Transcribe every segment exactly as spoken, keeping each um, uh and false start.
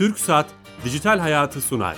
TürkSat Dijital Hayatı sunar.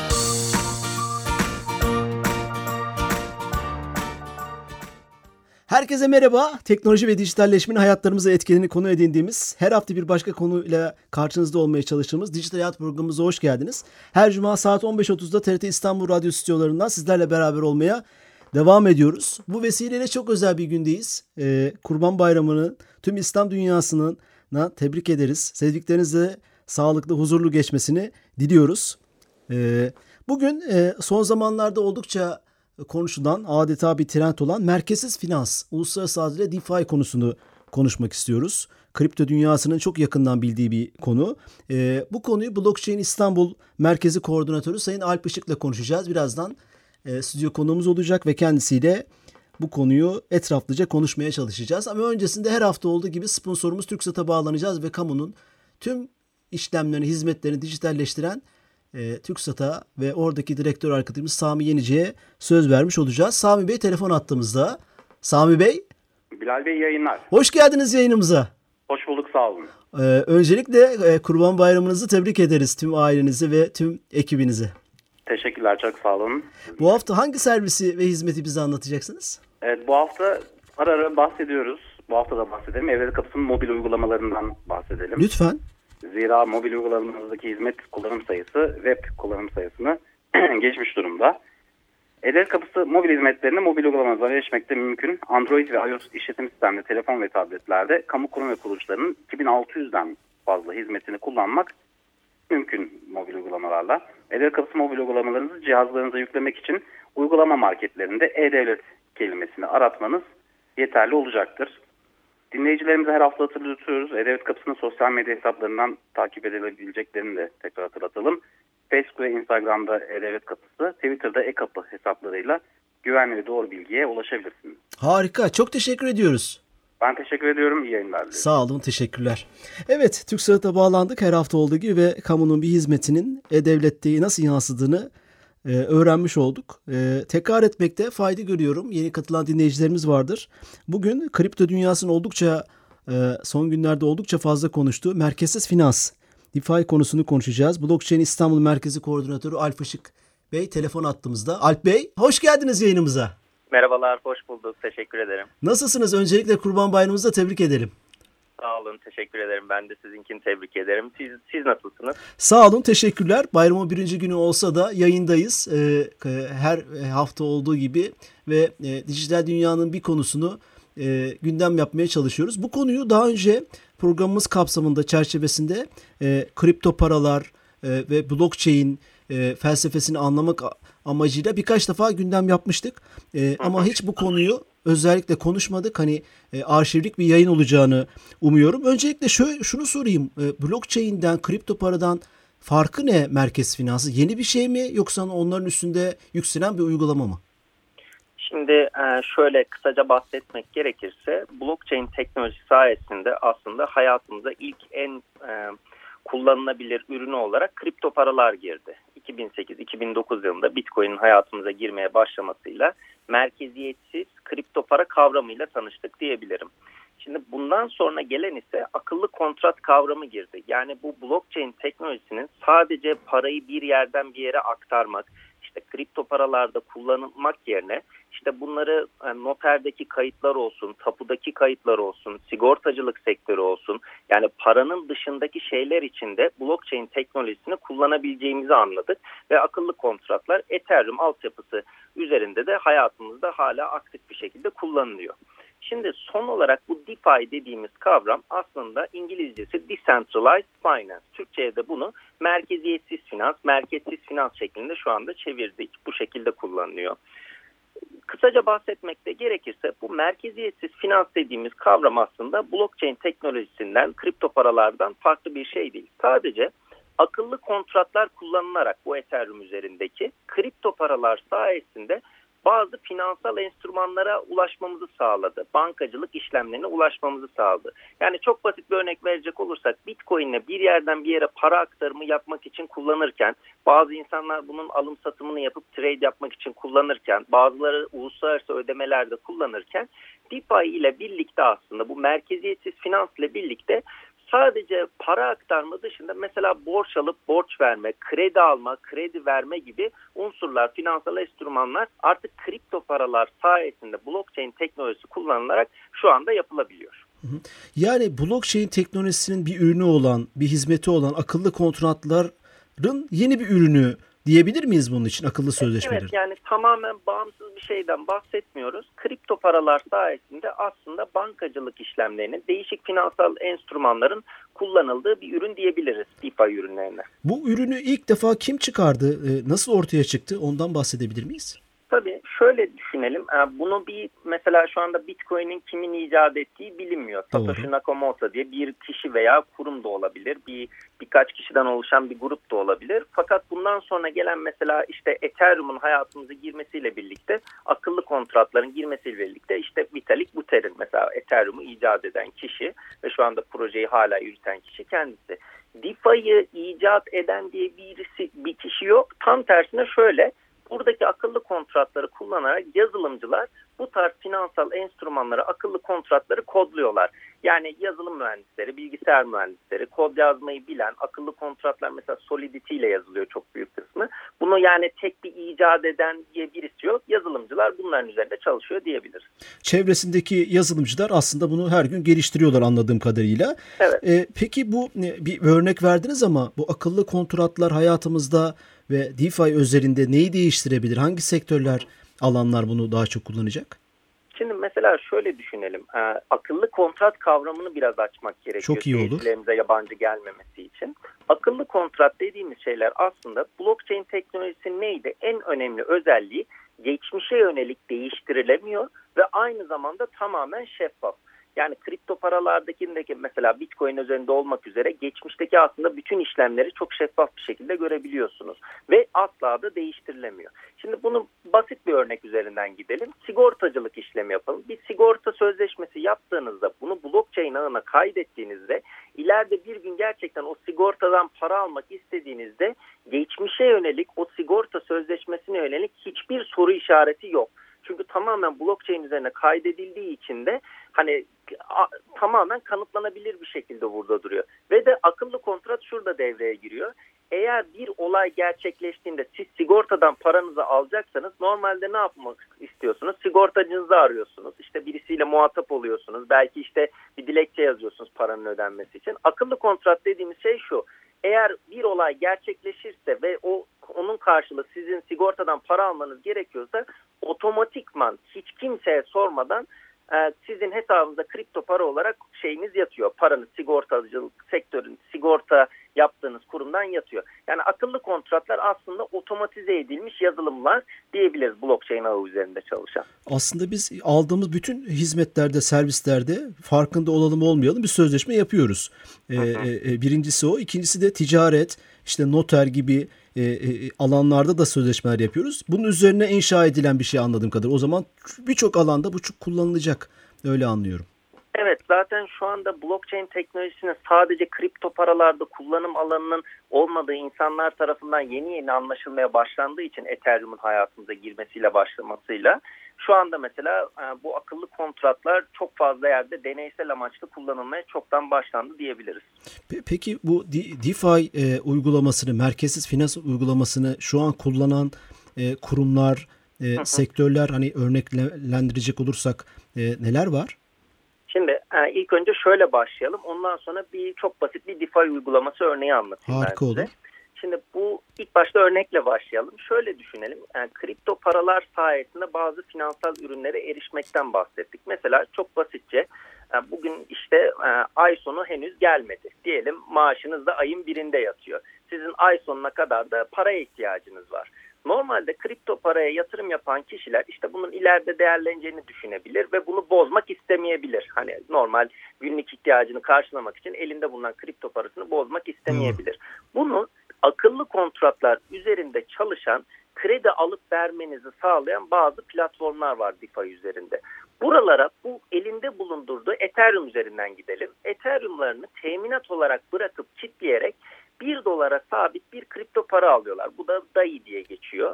Herkese merhaba. Teknoloji ve dijitalleşmenin hayatlarımıza etkilerini konu edindiğimiz, her hafta bir başka konuyla karşınızda olmaya çalıştığımız Dijital Hayat programımıza hoş geldiniz. Her cuma saat on beş otuzda T R T İstanbul Radyo stüdyolarından sizlerle beraber olmaya devam ediyoruz. Bu vesileyle çok özel bir gündeyiz. Ee, Kurban Bayramı'nın tüm İslam dünyasının tebrik ederiz. Sevdiklerinizle sağlıklı, huzurlu geçmesini diliyoruz. Ee, bugün e, son zamanlarda oldukça konuşulan, adeta bir trend olan merkezsiz finans, uluslararası adıyla DeFi konusunu konuşmak istiyoruz. Kripto dünyasının çok yakından bildiği bir konu. Ee, bu konuyu Blockchain İstanbul Merkezi Koordinatörü Sayın Alp Işık'la konuşacağız. Birazdan e, stüdyo konuğumuz olacak ve kendisiyle bu konuyu etraflıca konuşmaya çalışacağız. Ama öncesinde her hafta olduğu gibi sponsorumuz TürkSat'a bağlanacağız ve kamunun tüm işlemlerini, hizmetlerini dijitalleştiren e, TürkSat'a ve oradaki direktör arkadaşımız Sami Yenici'ye söz vermiş olacağız. Sami Bey telefon attığımızda. Sami Bey. Bilal Bey yayınlar. Hoş geldiniz yayınımıza. Hoş bulduk, sağ olun. Ee, öncelikle e, Kurban Bayramınızı tebrik ederiz tüm ailenizi ve tüm ekibinizi. Teşekkürler, çok sağ olun. Bu hafta hangi servisi ve hizmeti bize anlatacaksınız? Evet, bu hafta ara ara bahsediyoruz. Bu hafta da bahsedelim. Evleri Kapısı'nın mobil uygulamalarından bahsedelim. Lütfen. Zira mobil uygulamalarımızdaki hizmet kullanım sayısı web kullanım sayısını geçmiş durumda. Evleri Kapısı mobil hizmetlerine mobil uygulamalarına erişmekte mümkün. Android ve iOS işletim sistemli telefon ve tabletlerde kamu kurum ve kuruluşlarının iki bin altı yüzden fazla hizmetini kullanmak mümkün mobil uygulamalarla. Evleri Kapısı mobil uygulamalarınızı cihazlarınıza yüklemek için uygulama marketlerinde e-devlet kelimesini aratmanız yeterli olacaktır. Dinleyicilerimize her hafta hatırlatıyoruz. E-Devlet Kapısı'nın sosyal medya hesaplarından takip edilebileceklerini de tekrar hatırlatalım. Facebook ve Instagram'da E-Devlet Kapısı, Twitter'da E-Kapı hesaplarıyla güvenli ve doğru bilgiye ulaşabilirsiniz. Harika, çok teşekkür ediyoruz. Ben teşekkür ediyorum, iyi yayınlar diliyorum. Sağ olun, teşekkürler. Evet, TürkSat'a bağlandık her hafta olduğu gibi ve kamunun bir hizmetinin E-Devlet'te nasıl yansıdığını e, öğrenmiş olduk. E, tekrar etmekte fayda görüyorum. Yeni katılan dinleyicilerimiz vardır. Bugün kripto dünyasının oldukça e, son günlerde oldukça fazla konuştuğu merkezsiz finans, DeFi konusunu konuşacağız. Blockchain İstanbul Merkezi Koordinatörü Alp Işık Bey telefon attığımızda. Alp Bey, hoş geldiniz yayınımıza. Merhabalar, hoş bulduk. Teşekkür ederim. Nasılsınız? Öncelikle Kurban Bayramınızı da tebrik edelim. Sağ olun, teşekkür ederim. Ben de sizinkini tebrik ederim. Siz, siz nasılsınız? Sağ olun, teşekkürler. Bayramın birinci günü olsa da yayındayız. Ee, her hafta olduğu gibi ve e, dijital dünyanın bir konusunu e, gündem yapmaya çalışıyoruz. Bu konuyu daha önce programımız kapsamında, çerçevesinde e, kripto paralar e, ve blockchain e, felsefesini anlamak amacıyla birkaç defa gündem yapmıştık. E, ama hiç bu konuyu özellikle konuşmadık. Hani e, arşivlik bir yayın olacağını umuyorum. Öncelikle şöyle şunu sorayım. E, blockchain'den, kripto paradan farkı ne merkez finansı? Yeni bir şey mi yoksa onların üstünde yükselen bir uygulama mı? Şimdi şöyle kısaca bahsetmek gerekirse blockchain teknolojisi sayesinde aslında hayatımıza ilk en e, kullanılabilir ürünü olarak kripto paralar girdi. iki bin sekiz iki bin dokuz yılında Bitcoin'in hayatımıza girmeye başlamasıyla merkeziyetsiz kripto para kavramıyla tanıştık diyebilirim. Şimdi bundan sonra gelen ise akıllı kontrat kavramı girdi. Yani bu blockchain teknolojisinin sadece parayı bir yerden bir yere aktarmak, işte kripto paralarda kullanılmak yerine işte bunları yani noterdeki kayıtlar olsun, tapudaki kayıtlar olsun, sigortacılık sektörü olsun, yani paranın dışındaki şeyler için de blockchain teknolojisini kullanabileceğimizi anladık ve akıllı kontratlar Ethereum altyapısı üzerinde de hayatımızda hala aktif bir şekilde kullanılıyor. Şimdi son olarak bu DeFi dediğimiz kavram aslında İngilizcesi Decentralized Finance. Türkçe'ye de bunu merkeziyetsiz finans, merkezsiz finans şeklinde şu anda çevirdik. Bu şekilde kullanılıyor. Kısaca bahsetmekte gerekirse bu merkeziyetsiz finans dediğimiz kavram aslında blockchain teknolojisinden, kripto paralardan farklı bir şey değil. Sadece akıllı kontratlar kullanılarak bu Ethereum üzerindeki kripto paralar sayesinde bazı finansal enstrümanlara ulaşmamızı sağladı. Bankacılık işlemlerine ulaşmamızı sağladı. Yani çok basit bir örnek verecek olursak Bitcoin'le bir yerden bir yere para aktarımı yapmak için kullanırken, bazı insanlar bunun alım satımını yapıp trade yapmak için kullanırken, bazıları uluslararası ödemelerde kullanırken DeFi ile birlikte aslında bu merkeziyetsiz finans ile birlikte sadece para aktarma dışında mesela borç alıp borç verme, kredi alma, kredi verme gibi unsurlar, finansal enstrümanlar artık kripto paralar sayesinde blockchain teknolojisi kullanılarak şu anda yapılabiliyor. Yani blockchain teknolojisinin bir ürünü olan, bir hizmeti olan akıllı kontratların yeni bir ürünü diyebilir miyiz bunun için, akıllı sözleşmeler? Evet, yani tamamen bağımsız bir şeyden bahsetmiyoruz. Kripto paralar sayesinde aslında bankacılık işlemlerinin, değişik finansal enstrümanların kullanıldığı bir ürün diyebiliriz DeFi ürünlerine. Bu ürünü ilk defa kim çıkardı? Nasıl ortaya çıktı? Ondan bahsedebilir miyiz? Tabii şöyle düşünelim. Bunu bir mesela şu anda Bitcoin'in kimin icat ettiği bilinmiyor. Satoshi Nakamoto diye bir kişi veya kurum da olabilir. Bir birkaç kişiden oluşan bir grup da olabilir. Fakat bundan sonra gelen mesela işte Ethereum'un hayatımıza girmesiyle birlikte, akıllı kontratların girmesiyle birlikte işte Vitalik Buterin mesela Ethereum'u icat eden kişi ve şu anda projeyi hala yürüten kişi kendisi. DeFi'yi icat eden diye birisi, bir kişi yok. Tam tersine şöyle, buradaki akıllı kontratları kullanarak yazılımcılar bu tarz finansal enstrümanları, akıllı kontratları kodluyorlar. Yani yazılım mühendisleri, bilgisayar mühendisleri, kod yazmayı bilen akıllı kontratlar mesela Solidity ile yazılıyor çok büyük kısmı. Bunu yani tek bir icat eden diye birisi yok. Yazılımcılar bunların üzerinde çalışıyor diyebiliriz. Çevresindeki yazılımcılar aslında bunu her gün geliştiriyorlar anladığım kadarıyla. Evet. Ee, peki bu bir örnek verdiniz ama bu akıllı kontratlar hayatımızda ve DeFi özelinde neyi değiştirebilir? Hangi sektörler, alanlar bunu daha çok kullanacak? Şimdi mesela şöyle düşünelim. Ee, akıllı kontrat kavramını biraz açmak gerekiyor. Çok iyi olur. Seyircilerimize yabancı gelmemesi için. Akıllı kontrat dediğimiz şeyler aslında blockchain teknolojisi neydi? En önemli özelliği geçmişe yönelik değiştirilemiyor ve aynı zamanda tamamen şeffaf. Yani kripto paralardaki mesela Bitcoin üzerinde olmak üzere geçmişteki aslında bütün işlemleri çok şeffaf bir şekilde görebiliyorsunuz. Ve asla da değiştirilemiyor. Şimdi bunu basit bir örnek üzerinden gidelim. Sigortacılık işlemi yapalım. Bir sigorta sözleşmesi yaptığınızda, bunu blockchain ağına kaydettiğinizde, ileride bir gün gerçekten o sigortadan para almak istediğinizde geçmişe yönelik, o sigorta sözleşmesine yönelik hiçbir soru işareti yok. Çünkü tamamen blockchain üzerine kaydedildiği için de hani a, tamamen kanıtlanabilir bir şekilde burada duruyor. Ve de akıllı kontrat şurada devreye giriyor. Eğer bir olay gerçekleştiğinde siz sigortadan paranızı alacaksanız normalde ne yapmak istiyorsunuz? Sigortacınızı arıyorsunuz. İşte birisiyle muhatap oluyorsunuz. Belki işte bir dilekçe yazıyorsunuz paranın ödenmesi için. Akıllı kontrat dediğimiz şey şu. Eğer bir olay gerçekleşirse ve o onun karşılığı sizin sigortadan para almanız gerekiyorsa otomatikman hiç kimseye sormadan e, sizin hesabınıza kripto para olarak şeyiniz yatıyor. Paranız sigortacılık sektörün sigorta yaptığınız kurumdan yatıyor. Yani akıllı kontratlar aslında otomatize edilmiş yazılımlar diyebiliriz blockchain ağı üzerinde çalışan. Aslında biz aldığımız bütün hizmetlerde, servislerde farkında olalım olmayalım bir sözleşme yapıyoruz. Ee, e, birincisi o. İkincisi de ticaret, işte noter gibi e, e, alanlarda da sözleşmeler yapıyoruz. Bunun üzerine inşa edilen bir şey anladığım kadarıyla. O zaman birçok alanda bu çok kullanılacak. Öyle anlıyorum. Evet, zaten şu anda blockchain teknolojisinin sadece kripto paralarda kullanım alanının olmadığı insanlar tarafından yeni yeni anlaşılmaya başlandığı için Ethereum'un hayatımıza girmesiyle başlamasıyla şu anda mesela bu akıllı kontratlar çok fazla yerde deneysel amaçlı kullanılmaya çoktan başlandı diyebiliriz. Peki bu DeFi e, uygulamasını, merkezsiz finans uygulamasını şu an kullanan e, kurumlar, e, hı hı. sektörler hani örneklendirecek olursak e, neler var? Şimdi ilk önce şöyle başlayalım. Ondan sonra bir çok basit bir DeFi uygulaması örneği anlatayım. Harika olur. Şimdi bu ilk başta örnekle başlayalım. Şöyle düşünelim. Yani kripto paralar sayesinde bazı finansal ürünlere erişmekten bahsettik. Mesela çok basitçe bugün işte ay sonu henüz gelmedi. Diyelim maaşınız da ayın birinde yatıyor. Sizin ay sonuna kadar da paraya ihtiyacınız var. Normalde kripto paraya yatırım yapan kişiler işte bunun ileride değerleneceğini düşünebilir ve bunu bozmak istemeyebilir. Hani normal günlük ihtiyacını karşılamak için elinde bulunan kripto parasını bozmak istemeyebilir. Bunu akıllı kontratlar üzerinde çalışan, kredi alıp vermenizi sağlayan bazı platformlar var DeFi üzerinde. Buralara bu elinde bulundurduğu Ethereum üzerinden gidelim. Ethereum'larını teminat olarak bırakıp kilitleyerek bir dolara sabit bir kripto para alıyorlar. Bu da D A I diye geçiyor.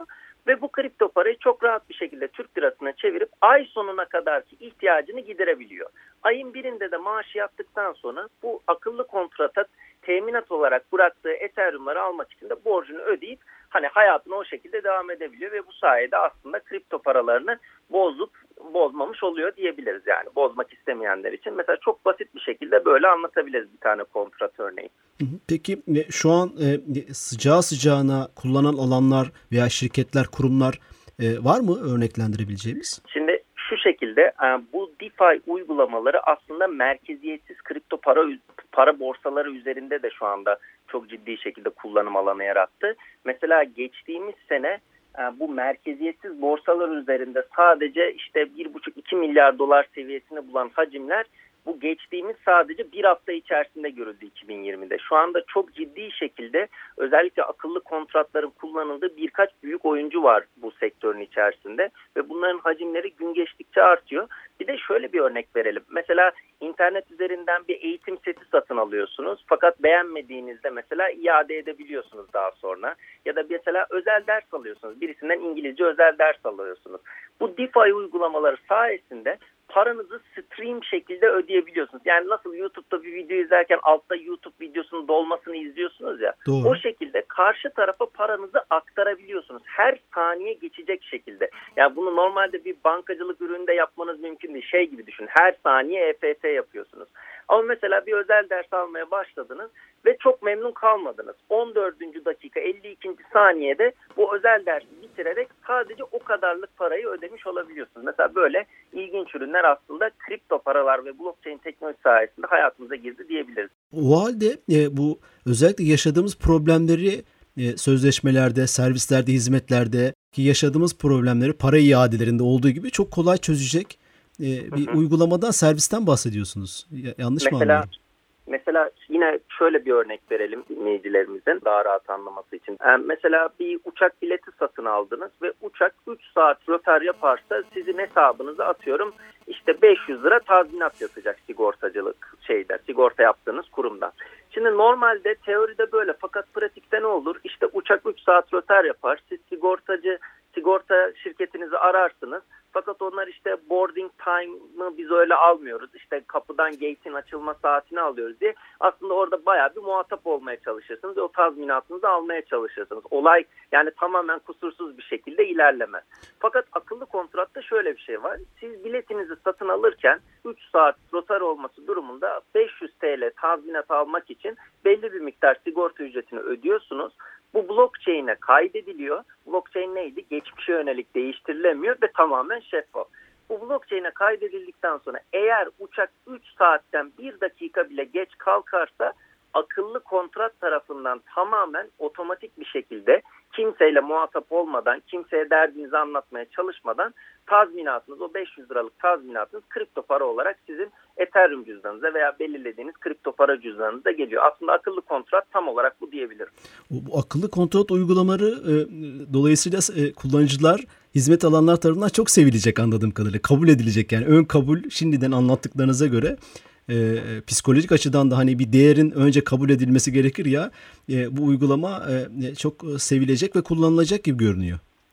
ve bu kripto parayı çok rahat bir şekilde Türk lirasına çevirip ay sonuna kadarki ihtiyacını giderebiliyor. Ayın birinde de maaşı yattıktan sonra bu akıllı kontrata teminat olarak bıraktığı Ethereum'ları almak için de borcunu ödeyip hani hayatına o şekilde devam edebiliyor ve bu sayede aslında kripto paralarını bozup bozmamış oluyor diyebiliriz yani bozmak istemeyenler için. Mesela çok basit bir şekilde böyle anlatabiliriz bir tane kontrat örneği. Peki şu an sıcağı sıcağına kullanan alanlar veya şirketler, kurumlar var mı örneklendirebileceğimiz? Şimdi şu şekilde bu DeFi uygulamaları aslında merkeziyetsiz kripto para para borsaları üzerinde de şu anda çok ciddi şekilde kullanım alanı yarattı. Mesela geçtiğimiz sene bu merkeziyetsiz borsalar üzerinde sadece işte bir buçuk iki milyar dolar seviyesini bulan hacimler bu geçtiğimiz sadece bir hafta içerisinde görüldü iki bin yirmide. Şu anda çok ciddi şekilde özellikle akıllı kontratların kullanıldığı birkaç büyük oyuncu var bu sektörün içerisinde ve bunların hacimleri gün geçtikçe artıyor. Bir de şöyle bir örnek verelim. Mesela internet üzerinden bir eğitim seti satın alıyorsunuz fakat beğenmediğinizde mesela iade edebiliyorsunuz daha sonra. Ya da mesela özel ders alıyorsunuz. Birisinden İngilizce özel ders alıyorsunuz. Bu DeFi uygulamaları sayesinde paranızı stream şekilde ödeyebiliyorsunuz. Yani nasıl YouTube'da bir video izlerken altta YouTube videosunun dolmasını izliyorsunuz ya. Doğru. O şekilde karşı tarafa paranızı aktarabiliyorsunuz. Her saniye geçecek şekilde. Yani bunu normalde bir bankacılık ürününde yapmanız mümkün değil. Şey gibi düşün. Her saniye E F T yapıyorsunuz. Ama mesela bir özel ders almaya başladınız ve çok memnun kalmadınız. on dördüncü dakika elli ikinci saniyede bu özel dersi bitirerek sadece o kadarlık parayı ödemiş olabiliyorsunuz. Mesela böyle ilginç ürünler aslında kripto paralar ve blockchain teknolojisi sayesinde hayatımıza girdi diyebiliriz. O halde e, bu özellikle yaşadığımız problemleri e, sözleşmelerde, servislerde, hizmetlerde ki yaşadığımız problemleri para iadelerinde olduğu gibi çok kolay çözecek e, bir hı hı. uygulamadan, servisten bahsediyorsunuz. Ya, yanlış mesela, mı anlıyorum? Mesela yine şöyle bir örnek verelim dinleyicilerimizin daha rahat anlaması için. Yani mesela bir uçak bileti satın aldınız ve uçak üç saat rötar yaparsa sizin hesabınıza atıyorum işte beş yüz lira tazminat yatacak sigortacılık şeyde, sigorta yaptığınız kurumdan. Şimdi normalde teoride böyle fakat pratikte ne olur? İşte uçak üç saat rötar yapar. Siz sigortacı, sigorta şirketinizi ararsınız. Fakat onlar işte boarding time'ı biz öyle almıyoruz. İşte kapıdan gate'in açılma saatini alıyoruz diye. Aslında orada bayağı bir muhatap olmaya çalışırsınız ve o tazminatınızı almaya çalışırsınız. Olay yani tamamen kusursuz bir şekilde ilerlemez. Fakat akıllı kontratta şöyle bir şey var. Siz biletinizi satın alırken üç saat rotar olması durumunda beş yüz TL tazminat almak için belli bir miktar sigorta ücretini ödüyorsunuz. Bu blockchain'e kaydediliyor. Blockchain neydi? Geçmişe yönelik değiştirilemiyor ve tamamen şeffaf. Bu blockchain'e kaydedildikten sonra eğer uçak üç saatten bir dakika bile geç kalkarsa akıllı kontrat tarafından tamamen otomatik bir şekilde kimseyle muhatap olmadan, kimseye derdinizi anlatmaya çalışmadan tazminatınız, o beş yüz liralık tazminatınız kripto para olarak sizin Ethereum cüzdanınıza veya belirlediğiniz kripto para cüzdanınıza geliyor. Aslında akıllı kontrat tam olarak bu diyebilirim. Bu akıllı kontrat uygulamaları e, dolayısıyla e, kullanıcılar, hizmet alanlar tarafından çok sevilecek anladığım kadarıyla. Kabul edilecek yani ön kabul şimdiden anlattıklarınıza göre. E, psikolojik açıdan da hani bir değerin önce kabul edilmesi gerekir ya e, bu uygulama e, çok sevilecek ve kullanılacak gibi görünüyor.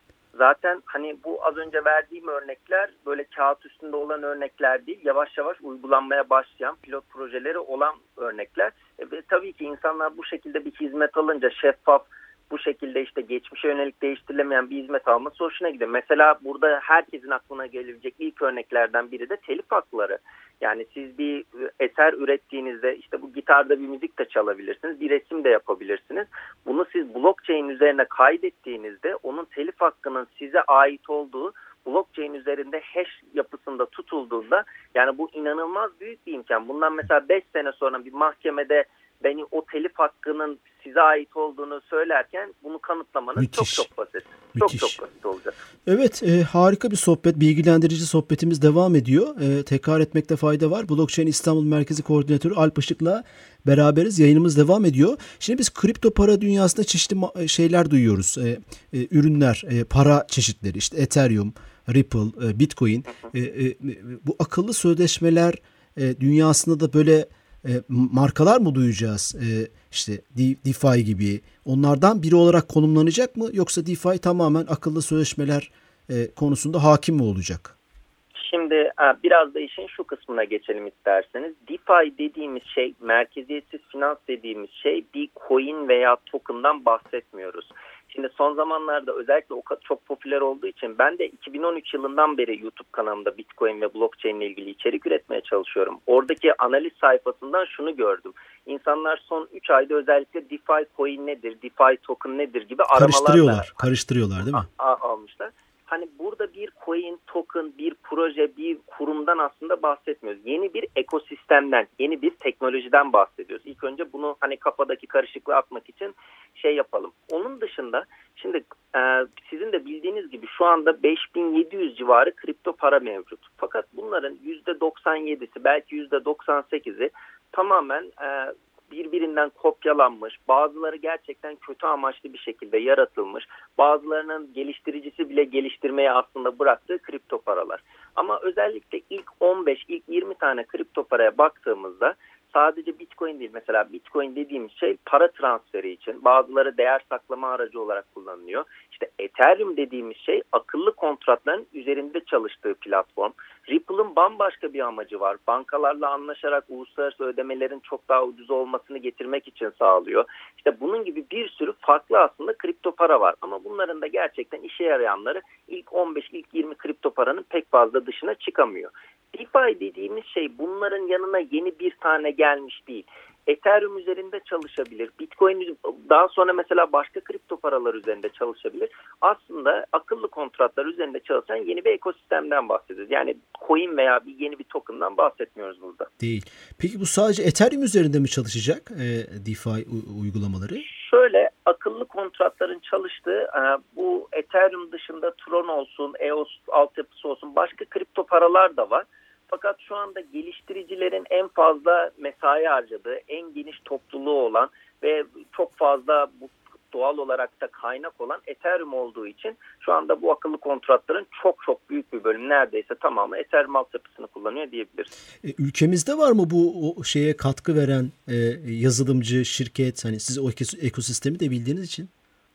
Zaten hani bu az önce verdiğim örnekler böyle kağıt üstünde olan örnekler değil, yavaş yavaş uygulanmaya başlayan pilot projeleri olan örnekler. E, ve tabii ki insanlar bu şekilde bir hizmet alınca şeffaf, bu şekilde işte geçmişe yönelik değiştirilemeyen bir hizmet alması hoşuna gidiyor. Mesela burada herkesin aklına gelebilecek ilk örneklerden biri de telif hakları. Yani siz bir eser ürettiğinizde işte bu gitarda bir müzik de çalabilirsiniz, bir resim de yapabilirsiniz. Bunu siz blockchain üzerine kaydettiğinizde onun telif hakkının size ait olduğu blockchain üzerinde hash yapısında tutulduğunda yani bu inanılmaz büyük bir imkan. Bundan mesela beş sene sonra bir mahkemede beni o telif hakkının size ait olduğunu söylerken bunu kanıtlamanız Müthiş. çok çok basit. Müthiş. Çok çok basit olacak. Evet, e, harika bir sohbet, bilgilendirici sohbetimiz devam ediyor. E, tekrar etmekte fayda var. Blockchain İstanbul Merkezi Koordinatörü Alp Işık'la beraberiz. Yayınımız devam ediyor. Şimdi biz kripto para dünyasında çeşitli şeyler duyuyoruz. E, e, ürünler, e, para çeşitleri, işte Ethereum, Ripple, e, Bitcoin. E, e, bu akıllı sözleşmeler e, dünyasında da böyle e, markalar mı duyacağız? E, işte DeFi gibi onlardan biri olarak konumlanacak mı? Yoksa DeFi tamamen akıllı sözleşmeler e, konusunda hakim mi olacak? Şimdi biraz da işin şu kısmına geçelim isterseniz. DeFi dediğimiz şey, merkeziyetsiz finans dediğimiz şey bir coin veya token'dan bahsetmiyoruz. Şimdi son zamanlarda özellikle o kadar çok popüler olduğu için ben de iki bin on üç yılından beri YouTube kanalımda Bitcoin ve blockchain ile ilgili içerik üretmeye çalışıyorum. Oradaki analiz sayfasından şunu gördüm. İnsanlar son üç ayda özellikle DeFi coin nedir, DeFi token nedir gibi aramalarla karıştırıyorlar, karıştırıyorlar değil mi? almışlar. Hani burada bir coin, token, bir proje, bir kurumdan aslında bahsetmiyoruz. Yeni bir ekosistemden, yeni bir teknolojiden bahsediyoruz. İlk önce bunu hani kafadaki karışıklığı atmak için şey yapalım. Onun dışında şimdi e, sizin de bildiğiniz gibi şu anda beş bin yedi yüz civarı kripto para mevcut. Fakat bunların yüzde doksan yedisi belki yüzde doksan sekizi tamamen e, birbirinden kopyalanmış, bazıları gerçekten kötü amaçlı bir şekilde yaratılmış, bazılarının geliştiricisi bile geliştirmeye aslında bıraktığı kripto paralar. Ama özellikle ilk on beş, ilk yirmi tane kripto paraya baktığımızda sadece Bitcoin değil, mesela Bitcoin dediğimiz şey para transferi için, bazıları değer saklama aracı olarak kullanılıyor. İşte Ethereum dediğimiz şey akıllı kontratların üzerinde çalıştığı platform. Ripple'ın bambaşka bir amacı var. Bankalarla anlaşarak uluslararası ödemelerin çok daha ucuz olmasını getirmek için sağlıyor. İşte bunun gibi bir sürü farklı aslında kripto para var. Ama bunların da gerçekten işe yarayanları ilk on beş, ilk yirmi kripto paranın pek fazla dışına çıkamıyor. DeFi dediğimiz şey bunların yanına yeni bir tane gelmiş değil. Ethereum üzerinde çalışabilir. Bitcoin daha sonra mesela başka kripto paralar üzerinde çalışabilir. Aslında akıllı kontratlar üzerinde çalışan yeni bir ekosistemden bahsediyoruz. Yani coin veya bir yeni bir token'dan bahsetmiyoruz burada. Değil. Peki bu sadece Ethereum üzerinde mi çalışacak e, DeFi u- uygulamaları? Şöyle akıllı kontratların çalıştığı bu Ethereum dışında Tron olsun, E O S altyapısı olsun başka kripto paralar da var. Fakat şu anda geliştiricilerin en fazla mesai harcadığı, en geniş topluluğu olan ve çok fazla bu doğal olarak da kaynak olan Ethereum olduğu için şu anda bu akıllı kontratların çok çok büyük bir bölümü, neredeyse tamamı Ethereum altyapısını kullanıyor diyebiliriz. E, ülkemizde var mı bu o şeye katkı veren e, yazılımcı şirket? Hani siz o ekosistemi de bildiğiniz için.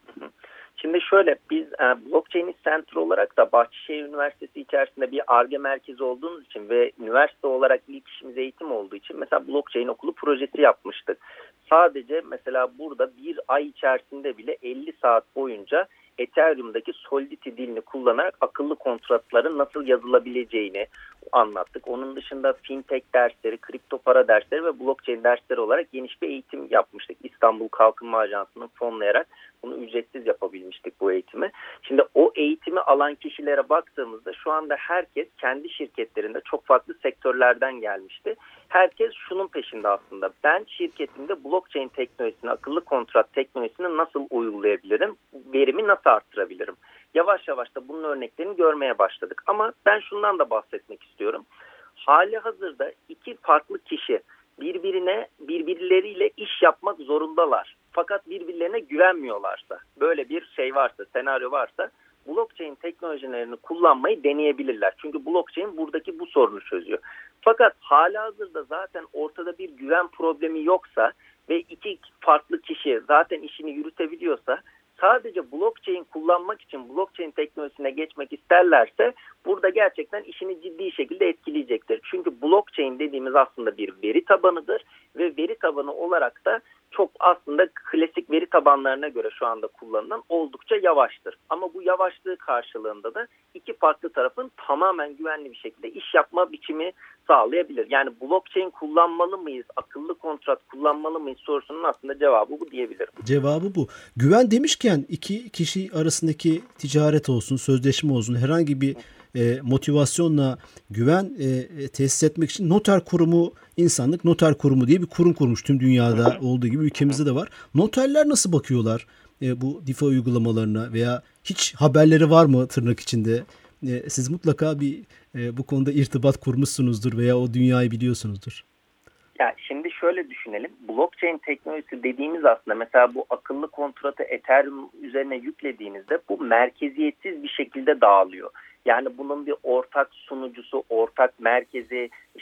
Şimdi şöyle, biz e, Blockchain Center olarak da Bahçeşehir Üniversitesi içerisinde bir Ar-Ge merkezi olduğumuz için ve üniversite olarak ilk işimiz eğitim olduğu için mesela Blockchain okulu projesi yapmıştık. Sadece mesela burada bir ay içerisinde bile elli saat boyunca Ethereum'daki Solidity dilini kullanarak akıllı kontratların nasıl yazılabileceğini anlattık. Onun dışında fintech dersleri, kripto para dersleri ve blockchain dersleri olarak geniş bir eğitim yapmıştık. İstanbul Kalkınma Ajansı'nın fonlayarak bunu ücretsiz yapabilmiştik bu eğitimi. Şimdi o eğitimi alan kişilere baktığımızda şu anda herkes kendi şirketlerinde çok farklı sektörlerden gelmişti. Herkes şunun peşinde aslında. Ben şirketimde blockchain teknolojisini, akıllı kontrat teknolojisini nasıl uygulayabilirim? Verimi nasıl arttırabilirim? Yavaş yavaş da bunun örneklerini görmeye başladık. Ama ben şundan da bahsetmek istiyorum. Hali hazırda iki farklı kişi birbirine birbirleriyle iş yapmak zorundalar. Fakat birbirlerine güvenmiyorlarsa, böyle bir şey varsa, senaryo varsa blockchain teknolojilerini kullanmayı deneyebilirler. Çünkü blockchain buradaki bu sorunu çözüyor. Fakat halihazırda zaten ortada bir güven problemi yoksa ve iki farklı kişi zaten işini yürütebiliyorsa, sadece blockchain kullanmak için blockchain teknolojisine geçmek isterlerse burada gerçekten işini ciddi şekilde etkileyecektir. Çünkü blockchain dediğimiz aslında bir veri tabanıdır ve veri tabanı olarak da çok aslında klasik veri tabanlarına göre şu anda kullanılan oldukça yavaştır. Ama bu yavaşlığı karşılığında da iki farklı tarafın tamamen güvenli bir şekilde iş yapma biçimi sağlayabilir. Yani blockchain kullanmalı mıyız, akıllı kontrat kullanmalı mıyız sorusunun aslında cevabı bu diyebilirim. Cevabı bu. Güven demişken iki kişi arasındaki ticaret olsun, sözleşme olsun, herhangi bir e, motivasyonla güven e, tesis etmek için noter kurumu, insanlık noter kurumu diye bir kurum kurmuş. Tüm dünyada olduğu gibi ülkemizde de var. Noterler nasıl bakıyorlar e, bu DeFi uygulamalarına veya hiç haberleri var mı tırnak içinde? E, siz mutlaka bir e, bu konuda irtibat kurmuşsunuzdur veya o dünyayı biliyorsunuzdur. Ya şimdi şöyle düşünelim. Blockchain teknolojisi dediğimiz aslında mesela bu akıllı kontratı Ethereum üzerine yüklediğinizde bu merkeziyetsiz bir şekilde dağılıyor. Yani bunun bir ortak sunucusu, ortak merkezi, işte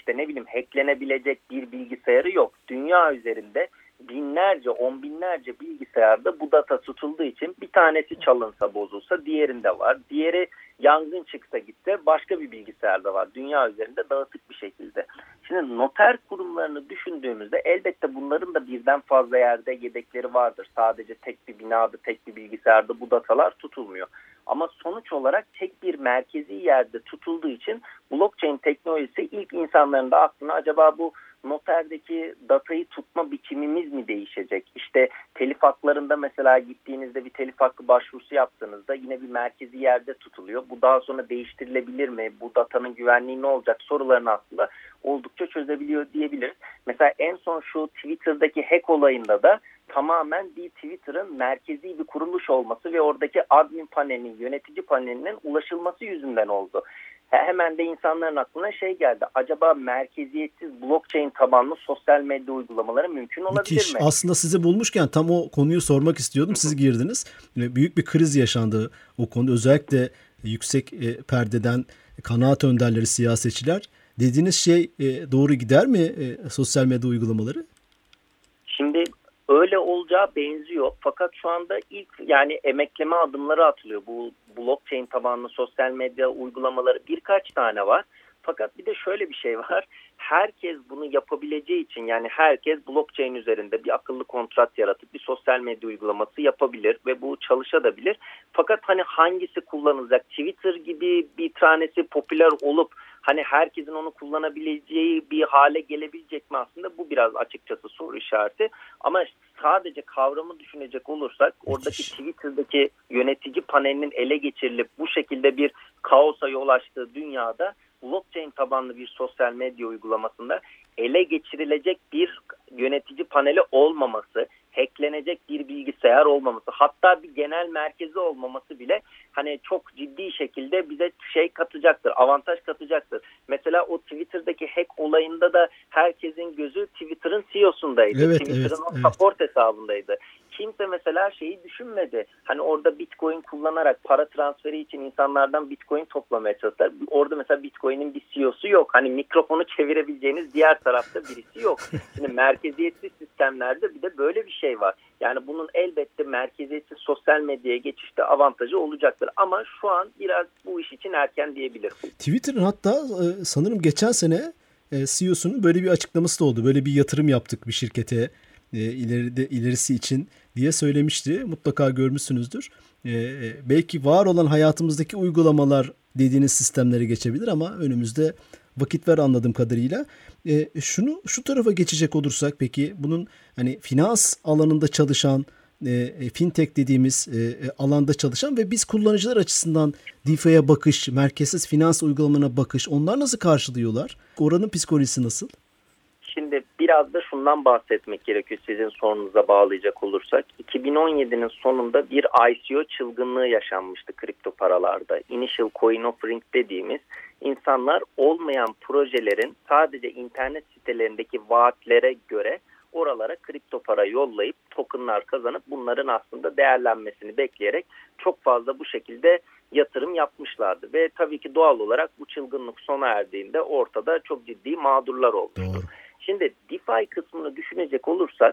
işte ne bileyim hacklenebilecek bir bilgisayarı yok. Dünya üzerinde binlerce, on binlerce bilgisayarda bu data tutulduğu için bir tanesi çalınsa, bozulsa diğerinde var. Diğeri yangın çıksa gitse başka bir bilgisayarda var. Dünya üzerinde dağıtık bir şekilde. Şimdi noter kurumlarını düşündüğümüzde elbette bunların da birden fazla yerde yedekleri vardır. Sadece tek bir binada, tek bir bilgisayarda bu datalar tutulmuyor. Ama sonuç olarak tek bir merkezi yerde tutulduğu için blockchain teknolojisi ilk insanların da aklına acaba bu noterdeki datayı tutma biçimimiz mi değişecek? İşte telif haklarında mesela gittiğinizde bir telif hakkı başvurusu yaptığınızda yine bir merkezi yerde tutuluyor. Bu daha sonra değiştirilebilir mi? Bu datanın güvenliği ne olacak? Sorularını aslında oldukça çözebiliyor diyebiliriz. Mesela en son şu Twitter'daki hack olayında da tamamen bir Twitter'ın merkezi bir kuruluş olması ve oradaki admin panelinin, yönetici panelinin ulaşılması yüzünden oldu. Hemen de insanların aklına şey geldi. Acaba merkeziyetsiz blockchain tabanlı sosyal medya uygulamaları mümkün olabilir Müthiş. mi? Aslında sizi bulmuşken tam o konuyu sormak istiyordum. Siz girdiniz. Büyük bir kriz yaşandı o konuda. Özellikle yüksek perdeden kanaat önderleri, siyasetçiler. Dediğiniz şey doğru gider mi sosyal medya uygulamaları? Şimdi öyle olacağı benziyor. Fakat şu anda ilk yani emekleme adımları atılıyor. Bu blockchain tabanlı sosyal medya uygulamaları birkaç tane var. Fakat bir de şöyle bir şey var. Herkes bunu yapabileceği için yani herkes blockchain üzerinde bir akıllı kontrat yaratıp bir sosyal medya uygulaması yapabilir ve bu çalışabilir. Fakat hani hangisi kullanılacak? Twitter gibi bir tanesi popüler olup hani herkesin onu kullanabileceği bir hale gelebilecek mi aslında? Bu biraz açıkçası soru işareti. Ama sadece kavramı düşünecek olursak oradaki Twitter'daki yönetici panelinin ele geçirilip bu şekilde bir kaosa yol açtığı dünyada blockchain tabanlı bir sosyal medya uygulamasında ele geçirilecek bir yönetici paneli olmaması, hacklenecek bir bilgisayar olmaması, hatta bir genel merkezi olmaması bile hani çok ciddi şekilde bize şey katacaktır, avantaj katacaktır. Mesela o Twitter'daki hack olayında da herkesin gözü Twitter'ın C E O'sundaydı. Evet, Twitter'ın evet, o support evet. hesabındaydı. Kimse mesela şeyi düşünmedi. Hani orada Bitcoin kullanarak para transferi için insanlardan Bitcoin toplamaya çalıştılar. Orada mesela Bitcoin'in bir C E O'su yok. Hani mikrofonu çevirebileceğiniz diğer tarafta birisi yok. Şimdi merkeziyetsiz sistemlerde bir de böyle bir şey var. Yani bunun elbette merkeziyetsiz sosyal medyaya geçişte avantajı olacaktır. Ama şu an biraz bu iş için erken diyebilirim. Twitter'ın hatta sanırım geçen sene C E O'sunun böyle bir açıklaması da oldu. Böyle bir yatırım yaptık bir şirkete ileride ilerisi için diye söylemişti. Mutlaka görmüşsünüzdür. Belki var olan hayatımızdaki uygulamalar dediğiniz sistemlere geçebilir ama önümüzde vakit var anladığım kadarıyla. E, şunu şu tarafa geçecek olursak peki bunun hani finans alanında çalışan e, fintech dediğimiz e, alanda çalışan ve biz kullanıcılar açısından DeFi'ye bakış, merkezsiz finans uygulamalarına bakış onlar nasıl karşılıyorlar? Oranın psikolojisi nasıl? Şimdi biraz da şundan bahsetmek gerekiyor sizin sorunuza bağlayacak olursak. iki bin on yedinin sonunda bir I C O çılgınlığı yaşanmıştı kripto paralarda. Initial Coin Offering dediğimiz insanlar olmayan projelerin sadece internet sitelerindeki vaatlere göre oralara kripto para yollayıp tokenlar kazanıp bunların aslında değerlenmesini bekleyerek çok fazla bu şekilde yatırım yapmışlardı. Ve tabii ki doğal olarak bu çılgınlık sona erdiğinde ortada çok ciddi mağdurlar olmuştu. Doğru. Şimdi DeFi kısmını düşünecek olursak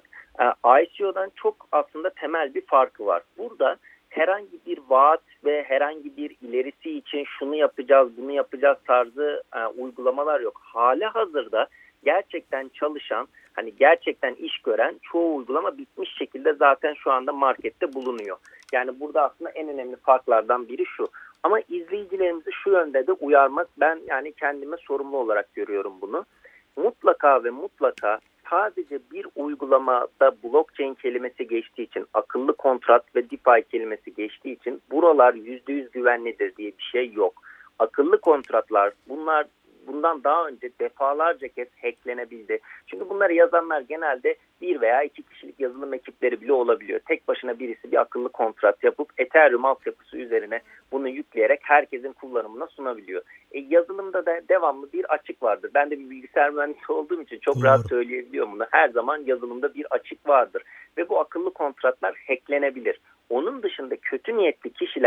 I C O'dan çok aslında temel bir farkı var. Burada herhangi bir vaat ve herhangi bir ilerisi için şunu yapacağız, bunu yapacağız tarzı e, uygulamalar yok. Hali hazırda gerçekten çalışan, hani gerçekten iş gören çoğu uygulama bitmiş şekilde zaten şu anda markette bulunuyor. Yani burada aslında en önemli farklardan biri şu. Ama izleyicilerimizi şu yönde de uyarmak, ben yani kendime sorumlu olarak görüyorum bunu. Mutlaka ve mutlaka sadece bir uygulamada blockchain kelimesi geçtiği için, akıllı kontrat ve DeFi kelimesi geçtiği için buralar yüzde yüz güvenlidir diye bir şey yok. Akıllı kontratlar bunlar bundan daha önce defalarca kez hacklenebildi. Çünkü bunları yazanlar genelde bir veya iki kişilik yazılım ekipleri bile olabiliyor. Tek başına birisi bir akıllı kontrat yapıp Ethereum altyapısı üzerine bunu yükleyerek herkesin kullanımına sunabiliyor. E, yazılımda da devamlı bir açık vardır. Ben de bir bilgisayar mühendisi olduğum için çok Doğru. rahat söyleyebiliyorum bunu. Her zaman yazılımda bir açık vardır. Ve bu akıllı kontratlar hacklenebilir. Onun dışında kötü niyetli kişiler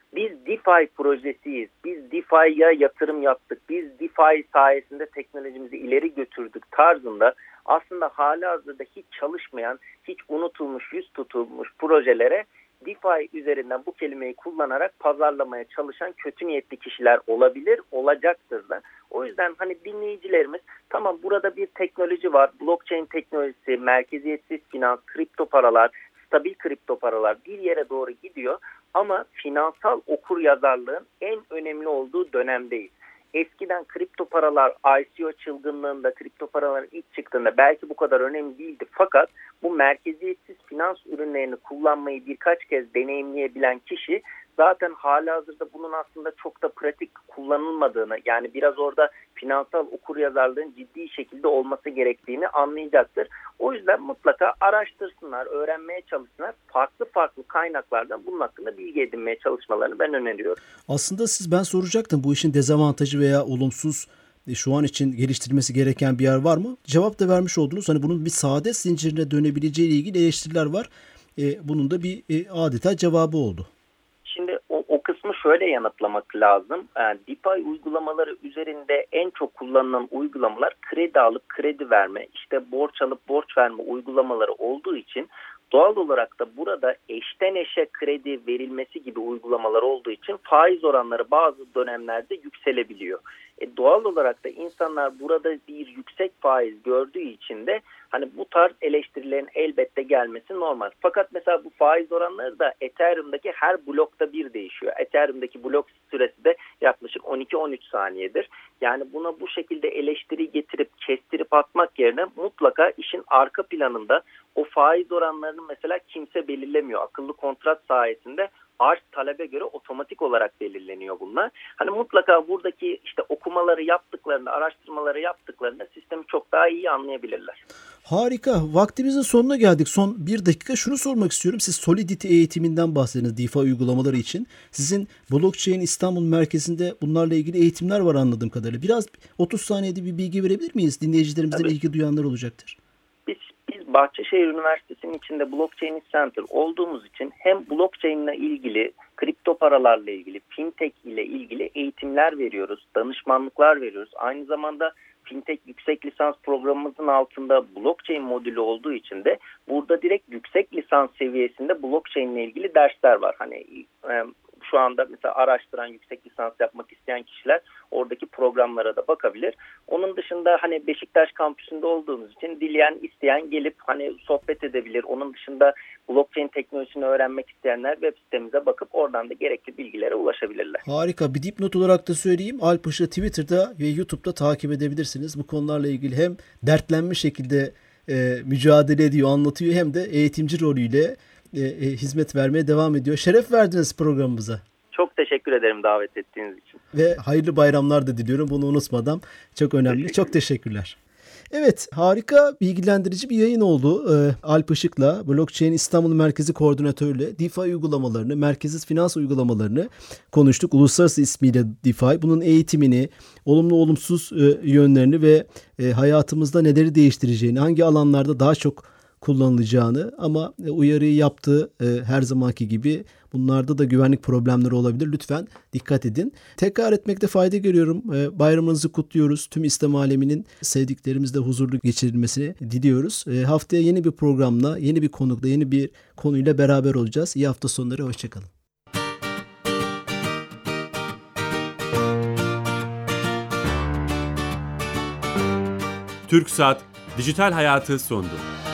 Biz DeFi projesiyiz, biz DeFi'ye yatırım yaptık, biz DeFi sayesinde teknolojimizi ileri götürdük tarzında aslında halihazırda hiç çalışmayan, hiç unutulmuş, yüz tutulmuş projelere DeFi üzerinden bu kelimeyi kullanarak pazarlamaya çalışan kötü niyetli kişiler olabilir, olacaktır da. O yüzden hani dinleyicilerimiz tamam burada bir teknoloji var, blockchain teknolojisi, merkeziyetsiz finans, kripto paralar, stabil kripto paralar bir yere doğru gidiyor ama finansal okuryazarlığın en önemli olduğu dönemdeyiz. Eskiden kripto paralar I C O çılgınlığında, kripto paraların ilk çıktığında belki bu kadar önemli değildi. Fakat bu merkeziyetsiz finans ürünlerini kullanmayı birkaç kez deneyimleyebilen kişi zaten halihazırda bunun aslında çok da pratik kullanılmadığını, yani biraz orada finansal okuryazarlığın ciddi şekilde olması gerektiğini anlayacaktır. O yüzden mutlaka araştırsınlar, öğrenmeye çalışsınlar. Farklı farklı kaynaklardan bunun hakkında bilgi edinmeye çalışmalarını ben öneriyorum. Aslında siz ben soracaktım bu işin dezavantajı veya olumsuz e, şu an için geliştirilmesi gereken bir yer var mı? Cevap da vermiş oldunuz. Hani bunun bir saadet zincirine dönebileceği ile ilgili eleştiriler var. E, bunun da bir e, adeta cevabı oldu. Şimdi o, o kısmı şöyle yanıtlamak lazım. Yani DeFi uygulamaları üzerinde en çok kullanılan uygulamalar kredi alıp kredi verme, işte borç alıp borç verme uygulamaları olduğu için doğal olarak da burada eşten eşe kredi verilmesi gibi uygulamalar olduğu için faiz oranları bazı dönemlerde yükselebiliyor. E doğal olarak da insanlar burada bir yüksek faiz gördüğü için de hani bu tarz eleştirilerin elbette gelmesi normal. Fakat mesela bu faiz oranları da Ethereum'daki her blokta bir değişiyor. Ethereum'daki blok süresi de yaklaşık on iki on üç saniyedir. Yani buna bu şekilde eleştiri getirip kestirip atmak yerine mutlaka işin arka planında o faiz oranlarını mesela kimse belirlemiyor. Akıllı kontrat sayesinde arz talebe göre otomatik olarak belirleniyor bunlar. Hani mutlaka buradaki işte okumaları yaptıklarında, araştırmaları yaptıklarında sistemi çok daha iyi anlayabilirler. Harika. Vaktimizin sonuna geldik. Son bir dakika şunu sormak istiyorum. Siz Solidity eğitiminden bahsediniz DeFi uygulamaları için. Sizin Blockchain İstanbul merkezinde bunlarla ilgili eğitimler var anladığım kadarıyla. Biraz otuz saniyede bir bilgi verebilir miyiz? Dinleyicilerimizden Tabii. ilgi duyanlar olacaktır. Biz, biz Bahçeşehir Üniversitesi'nin içinde Blockchain Center olduğumuz için hem blockchain ile ilgili, kripto paralarla ilgili, fintech ile ilgili eğitimler veriyoruz, danışmanlıklar veriyoruz. Aynı zamanda fintech yüksek lisans programımızın altında blockchain modülü olduğu için de burada direkt yüksek lisans seviyesinde blockchain ile ilgili dersler var. Hani e, şu anda mesela araştıran, yüksek lisans yapmak isteyen kişiler oradaki programlara da bakabilir. Onun dışında hani Beşiktaş kampüsünde olduğumuz için dileyen, isteyen gelip hani sohbet edebilir. Onun dışında blockchain teknolojisini öğrenmek isteyenler web sitemize bakıp oradan da gerekli bilgilere ulaşabilirler. Harika. Bir dipnot olarak da söyleyeyim. Alp Işık'ı Twitter'da ve YouTube'da takip edebilirsiniz. Bu konularla ilgili hem dertlenmiş şekilde e, mücadele ediyor, anlatıyor hem de eğitimci rolüyle e, e, hizmet vermeye devam ediyor. Şeref verdiniz programımıza. Çok teşekkür ederim davet ettiğiniz için. Ve hayırlı bayramlar da diliyorum. Bunu unutmadan. Çok önemli. Teşekkür Çok teşekkürler. Evet, harika bilgilendirici bir yayın oldu. Ee, Alp Işık'la Blockchain İstanbul Merkezi Koordinatörü'yle DeFi uygulamalarını, merkeziz finans uygulamalarını konuştuk. Uluslararası ismiyle DeFi. Bunun eğitimini, olumlu olumsuz e, yönlerini ve e, hayatımızda neleri değiştireceğini, hangi alanlarda daha çok kullanılacağını ama uyarıyı yaptığı e, her zamanki gibi bunlarda da güvenlik problemleri olabilir. Lütfen dikkat edin. Tekrar etmekte fayda görüyorum. E, bayramınızı kutluyoruz. Tüm İslam aleminin sevdiklerimizle huzurlu geçirilmesini diliyoruz. E, haftaya yeni bir programla, yeni bir konukla, yeni bir konuyla beraber olacağız. İyi hafta sonları. Hoşçakalın. TürkSat Dijital Hayatı sondu.